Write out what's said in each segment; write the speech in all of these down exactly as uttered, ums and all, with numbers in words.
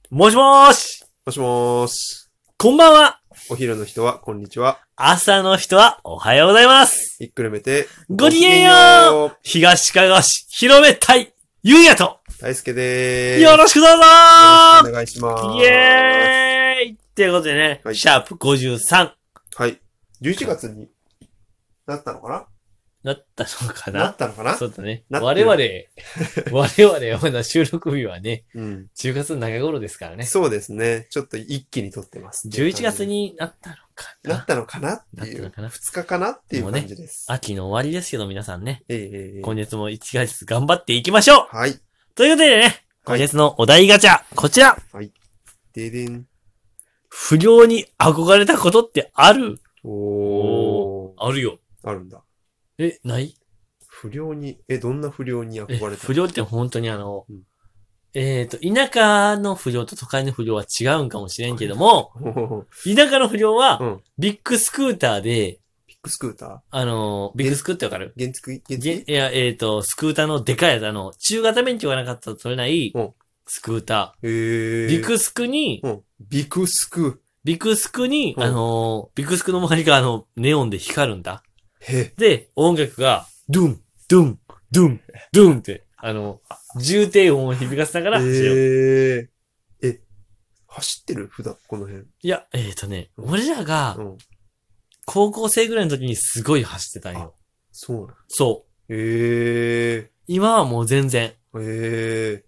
もしもーし。 もしもーし。 こんばんは。 お昼の人はこんにちは。 朝の人はおはようございます。 ひっくるめてごきげんよう。東かがし広めたいゆうやと。 大輔でーす。 よろしくどうぞー。 よろしくお願いします。 イエーイっていうことでね、 はい、 シャープごじゅうさん。 はい。じゅういちがつになったのかななったのかななったのかなそうだね。 なって我る 々、我々まだ収録日はね、 うん。 じゅうがつの中頃ですからね。 そうですね。ちょっと一気に撮ってます。 じゅういちがつになったのかな。 なったのかなっていう。 なったのかなふつかかなっていう感じです。 秋の終わりですけど皆さんね。 ええええ今月もいちがつ頑張っていきましょう。 はい。 ということでね、今月のお題ガチャ、こちら。 はい。ででん。 不良に憧れたことってある？ おー。 あるよ。 あるんだ。 え、ない不良に、え、どんな不良に憧れた不良って本当にあの、 うん、 えっと、田舎の不良と都会の不良は違うんかもしれんけども、田舎の不良は、 うん。 ビッグスクーターで、 ビッグスクーターあの、ビッグスクーってわかる？ 原付原げ付いや、えっと、スクーターのでかいやつ、あの、中型免許がなかったら取れないうん、 スクータへー。 ー。 ビクスクに、 うん。ビクスク。 ビクスクに、 うんあの、ビクスクの周りがあの、ネオンで光るんだ。 へ。 で、音楽が、ドゥン、ドゥン、ドゥン、ドゥンって、あの、重低音を響かせながら走る。 へー。え、走ってる普段、この辺。 いや、えっとね、 うん俺らがう、ん。 高校生ぐらいの時にすごい走ってたんよ。 そうなの。 そう。 へ今はもう全然。 ー。へー。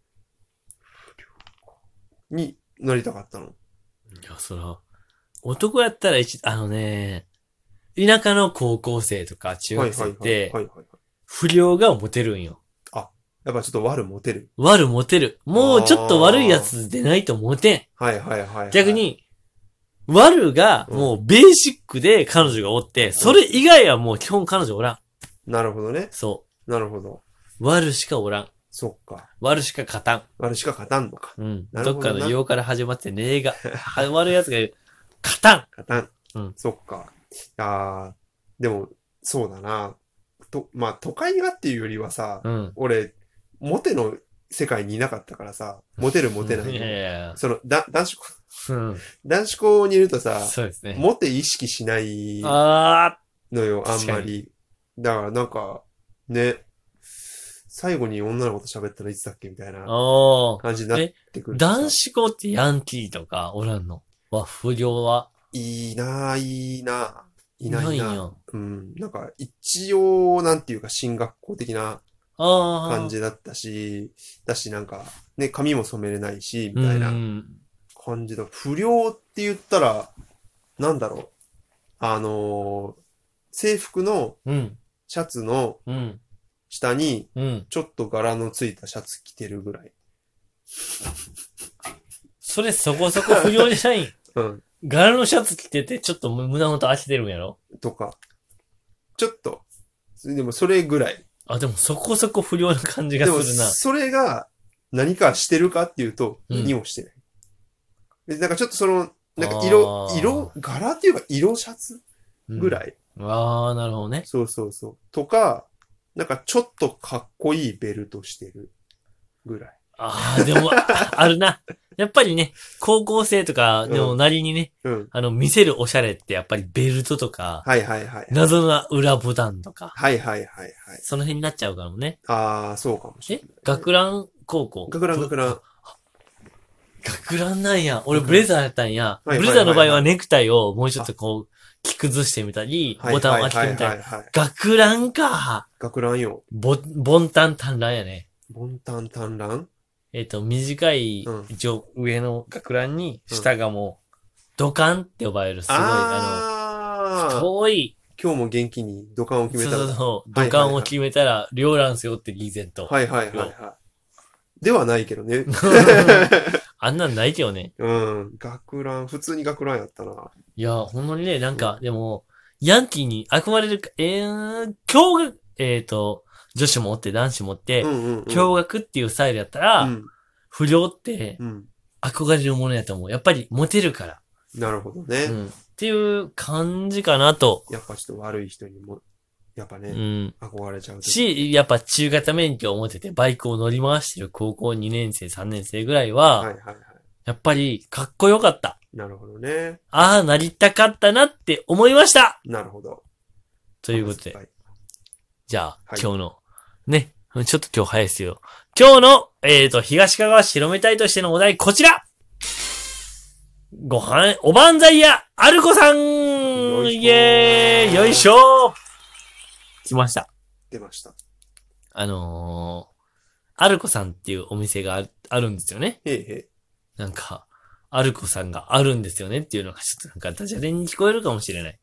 になりたかったの。 いや、そら、男やったら一、あのね、田舎の高校生とか中学生ってはいはいはい。、はいはいはい。 不良がモテるんよ。 やっぱちょっと悪モテる。 悪モテる。もうちょっと悪いやつでないとモテん。 はいはいはい、はい。 逆。に、悪がもうベーシックで彼女がおって、それ以外はもう基本彼女おらん。 なるほどね。 そなるほど。 う。悪しかおらん。 そっか。 悪しか勝たん。 悪しか勝たんのか。 うん。 なるほどなどっかの用から始まってねえが。は悪いやつが勝たん。 勝たん。 うんそっか。あー、でも、そうだな。と、まあ、都会がっていうよりはさ、 うん。 俺、モテの世界にいなかったからさ、モテるモテないいやいの。 やいや。 その、だ、男子校、 うん。 男子校にいるとさ、 そうですね。 モテ意識しないあのよ、あん確かにまり。だからなんか、ね、最後に女の子と喋ったのいつだっけみたいー。 なおー。 感じになってくるとさ。 男子校ってヤンキーとかおらんのわ、不良は。 いいなぁ、いいなぁ。いないなぁ。 ないんや。 うん。なんか、一応、なんていうか、進学校的なああ。 感じだったし、だしなんか、ね、髪も染めれないし、 うみたいなん。 感じだ。不良って言ったら、なんだろう。あのー制服のうん。 シャツのうん。 下に、 うん。 ちょっと柄のついたシャツ着てるぐらい。 それそこそこ不良じゃないん。 うん。 柄のシャツ着ててちょっと胸元開けてるんやろとか。ちょっと。でもそれぐらい。 あ、でもそこそこ不良な感じがですも、 るな。 それが何かしてるかっていうと、 うん何もしてない。でなんかちょっとその、なんか色あ、ー色、柄っていうか色シャツぐらい。 い。 ああ、なるほどね。 そうそうそう。とか、なんかちょっとかっこいいベルトしてるぐらい。 ああ、でも、ああるな。やっぱりね、高校生とかでもなりにね、 うん。 あの、見せるおしゃれってやっぱりベルトとか、 はいはいはい。 謎な裏ボタンとか、 はいはいはいはい。 その辺になっちゃうからもね。 ああ、そうかもしれえない。 学ラン高校学ラン学ラン。 学ランなんや。俺ブレザーやったんや。 はいはいはいはいブレザーの場合はネクタイをもうちょっとこう、着崩してみたり、ボタンを開けてみたり。 はいはいはいはい。 学ランか。 学ランよ。 ボ、ボンタン短ランやね。 ボンタンタンランえっ、と、短いうん、 一応上の学ランに、下がもう、ドカンって呼ばれる、すごい、あの、 ああ太い、 今日も元気に土管を決そうめたら。 そうそう、 はいはいはいドカンを決めたら、両ランスよってリーゼント。 はいはいはいはい。ではないけどね。 あんなんないけどね。 うん。学ラン、普通に学ランやったな。 いや、ほんまにね、なんか、でも、ヤンキーに憧れるか、えー、驚愕、えっ、と、女子もおって男子もおって、 うんうん、うん。 驚愕っていうスタイルやったら、 うん。 不良ってうん。 憧れるものやと思う。やっぱりモテるから。 なるほどね。 うん。っていう感じかなと。 やっぱちょっと悪い人にも、やっぱね、 うん。 憧れちゃうと。 し、やっぱ中型免許を持っててバイクを乗り回してる高校にねん生、さんねん生ぐらいは、 はいはいはい。 やっぱりかっこよかった。 なるほどね。 ああ、なりたかったなって思いました。 なるほど。 ということで。 はい、 じゃあ、 はい、 今日の、ね、ちょっと今日早いですよ。今日の、えっと、東かがわ白め隊としてのお題、こちらご飯、おばんざい屋、アルコさんイエーイよいしょー来ました。 出ました。 あのー、アルコさんっていうお店がある、あるんですよね。 へいへい。 なんか、アルコさんがあるんですよねっていうのがちょっとなんかダジャレに聞こえるかもしれない。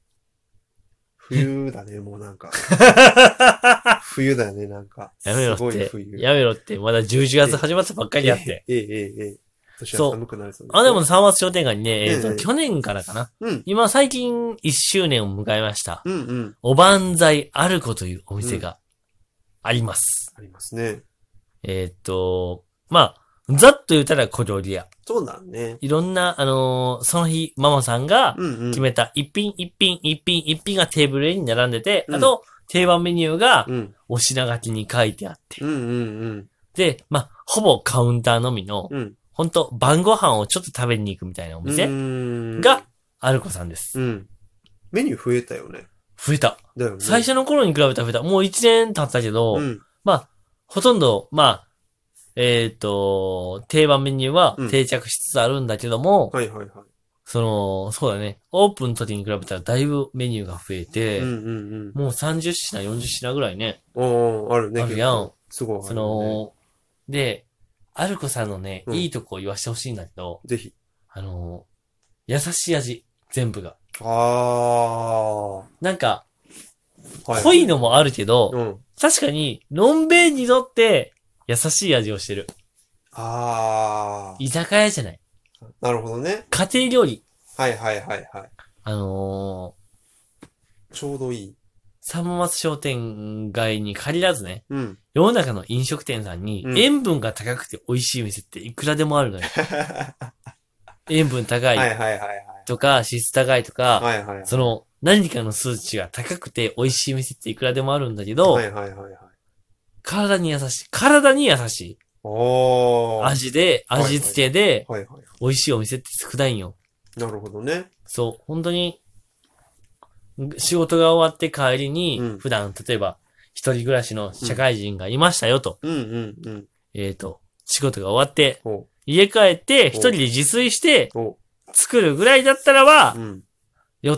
冬だね、もうなんか。冬だよね、なんか。 やめろって。 冬やめろって。まだじゅういちがつ始まったばっかりやって。 ええ、ええ、ええ。年は寒くなりそうです、 ね。あ、でも三松商店街にね、えっ、ー、と、ええ、去年からかな。 うん。 今最近いっしゅうねんを迎えました。 うんうん。 おばんざいあるこというお店があります。 うん、ありますね。 えっ、ー、と、まあ、ざっと言ったら小料理屋。 そうだね。 いろんな、あのー、その日、ママさんが決めた一品一品一品一品がテーブルに並んでて、うん、あと、定番メニューが、お品書きに書いてあって。 うんうんうん、 で、まあ、ほぼカウンターのみの、うん、ほんと晩ご飯をちょっと食べに行くみたいなお店が、アルコさんです。 うん。メニュー増えたよね。 増えた。 だよね。 最初の頃に比べたら増えた。もう一年経ったけど、うん、まあ、ほとんど、まあ、えっ、ー、と、定番メニューは定着しつつあるんだけども、 うん、はいはいはい。 その、そうだね。オープンの時に比べたらだいぶメニューが増えて、 うんうんうん、 もうさんじゅっしな、よんじゅっしなぐらいね。 おー、あるね。 あるやん。 すごい、ね。 その、で、アルコさんのね、うん、いいとこを言わしてほしいんだけど、 ぜひ。 あの、優しい味。全部が。 あー。 なんか、はい、濃いのもあるけど、うん、確かに、のんべいにとって優しい味をしてる。 あー。 居酒屋じゃない。 なるほどね。 家庭料理。 はいはいはいはい。 あのー、ちょうどいい。 三松商店街に限らずね、うん、世の中の飲食店さんに、塩分が高くて美味しい店っていくらでもあるのよ。塩分高いとか、脂質高いとか、はいはいはい、その何かの数値が高くて美味しい店っていくらでもあるんだけど、はいはいはいはい、体に優しい。体に優しい。味で、味付けで、美味しいお店って少ないんよ。 なるほどね。 そう、本当に、仕事が終わって帰りに、うん、普段、例えば、一人暮らしの社会人がいましたよと。うんうんうん、えっ、ー、と、仕事が終わって、家帰って、一人で自炊して、作るぐらいだったらば、うん、寄って、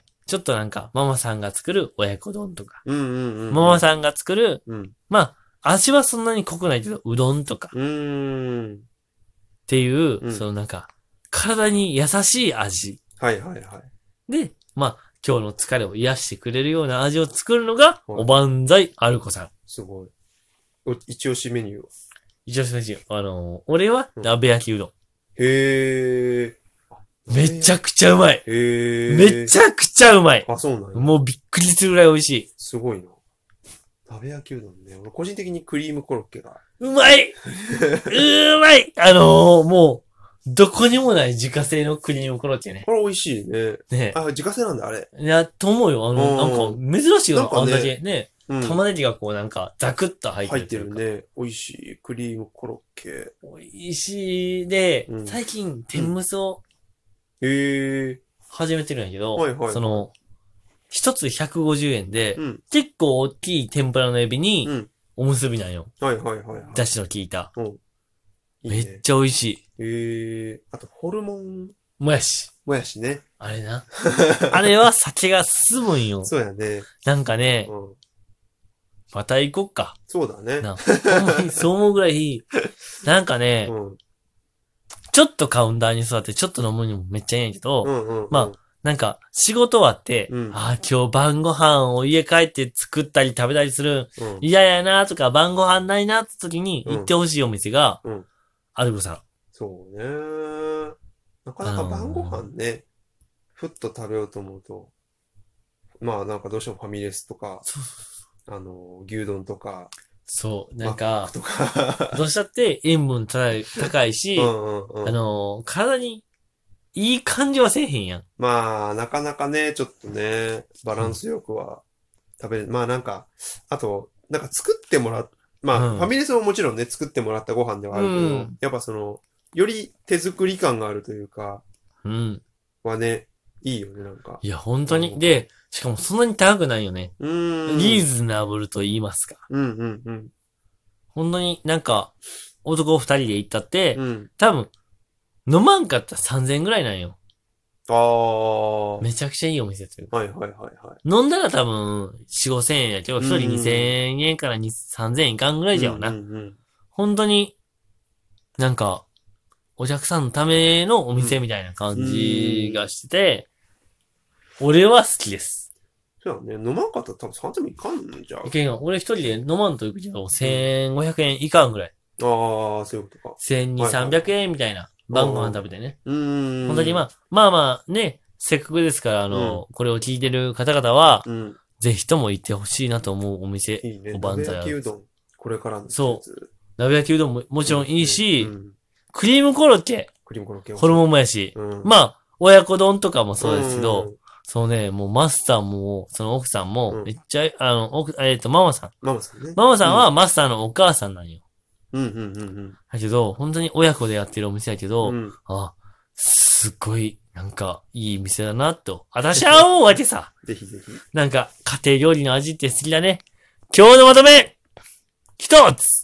ちょっとなんか、ママさんが作る親子丼とか、うんうんうんうん、ママさんが作る、うん、まあ、味はそんなに濃くないけど、うどんとか、うーんっていう、うん、そのなんか、体に優しい味。 はいはいはい。 で、まあ、今日の疲れを癒してくれるような味を作るのが、おばんざいあるこさん。 すごい。一押しメニュー。 一押しメニュー。あのー、俺は鍋焼きうどん。うん、 へー。 めちゃくちゃうまい。 へー。 めちゃくちゃうまい。 あ、そうなんや。 もうびっくりするぐらい美味しい。 すごいな。鍋焼きうどんね。俺個人的にクリームコロッケが。 うまいうまいあのー、もう、どこにもない自家製のクリームコロッケね。 これ美味しいね。ねあ、自家製なんだ、あれ。 いや、と思うよ。あの、なんか、珍しいよ、ね、あんだけ。ね。うん、玉ねぎがこうなんか、ザクッと入ってる。 入ってるね。美味しい。クリームコロッケ。 美味しい。で、うん、最近、天むすを、 うん、へえ。 始めてるんやけど、はいはいはい、その、一つひゃくごじゅうえんで、うん、結構大きい天ぷらのエビに、おむすびなんよ。 はいはいはい、はい。 だしの効いた。うんいいね、 めっちゃ美味しい。 へえ。あと、ホルモン。 もやし。 もやしね。 あれな。あれは酒が進むんよ。 そうやね。 なんかね、うん、また行こっか。 そうだね。 なほんまにそう思うぐらい、なんかね、うん、ちょっとカウンターに座ってちょっと飲むにもめっちゃいいんやけど、うんうんうん、まあ、なんか仕事終わって、うん、ああ、今日晩ご飯を家帰って作ったり食べたりする、うん、嫌やなとか晩ご飯ないなって時に行ってほしいお店が、うんアルゴさん。 そうね。なかなか晩ご飯ね、あのー、ふっと食べようと思うと、まあなんかどうしてもファミレスとか、そうそうそうあの、牛丼とか、 そう、なんか、とかどうしたって塩分高い高いし、うんうんうん、あのー、体にいい感じはせえへんやん。 まあ、なかなかね、ちょっとね、バランスよくは食べれる。うん、まあなんか、あと、なんか作ってもらっまあ、うん、ファミレスももちろんね、作ってもらったご飯ではあるけど、うん、やっぱその、 より手作り感があるというか、 うん。 はね、いいよね、なんか。 いや、本当に。で、しかもそんなに高くないよね。 うーん。 リーズナブルと言いますか。 うんうんうん。 本当になんか、男二人で行ったって、 うん、 多分、飲まんかったらさんぜんえんぐらいなんよ。 ああ。 めちゃくちゃいいお店というか。 はいはいはいはい。 飲んだら多分、よん、ごせんえんやけど、一人にせんえんからさんぜんえんいかんぐらいじゃよな。うんうんうん、本当に、なんか、お客さんのためのお店みたいな感じがしてて、うん、俺は好きです。 そうね。飲まんかったら多分さんぜんえんいかんんじゃん。 いけんよ。俺一人で飲まんといくけど、せんごひゃくえんいかんぐらい。 ああ、そういうことか。 せんにひゃく、さんびゃくえんみたいな。晩ご飯食べてね。うん。本当にまあ、まあまあね、せっかくですから、あの、うん、これを聞いてる方々は、うん、ぜひとも行ってほしいなと思うお店。いいね。おばんざい。鍋焼きうどん。 これからの季節。 そう。鍋焼きうどんももちろんいいし、うんうん、クリームコロッケ。クリームコロッケ。ホルモンもやし。うん、まあ、親子丼とかもそうですけど、うん、そうね、もうマスターも、その奥さんも、めっちゃ、うん、あの、奥、えっと、ママさん。ママさんね。ママさんはマスターのお母さんなんよ。うんうんうんうん。だけど、本当に親子でやってるお店やけど、うん、あ、すっごい、なんか、いい店だな、と。私は思うわけさ。 ぜひぜひ。 なんか、家庭料理の味って好きだね。今日のまとめ一つ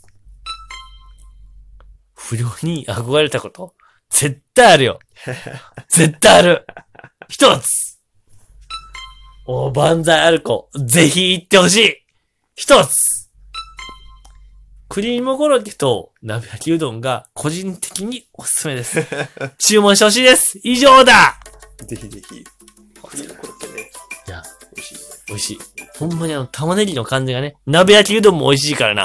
不良に憧れたこと絶対あるよ。絶対ある。一つおばんざいある子、ぜひ行ってほしい。一つクリームコロッケと鍋焼きうどんが個人的におすすめです。注文してほしいです。以上だ。 ぜひぜひ。クリームコロッケね。 いや、美味しい。美味しい。ほんまにあの玉ねぎの感じがね、鍋焼きうどんも美味しいからな。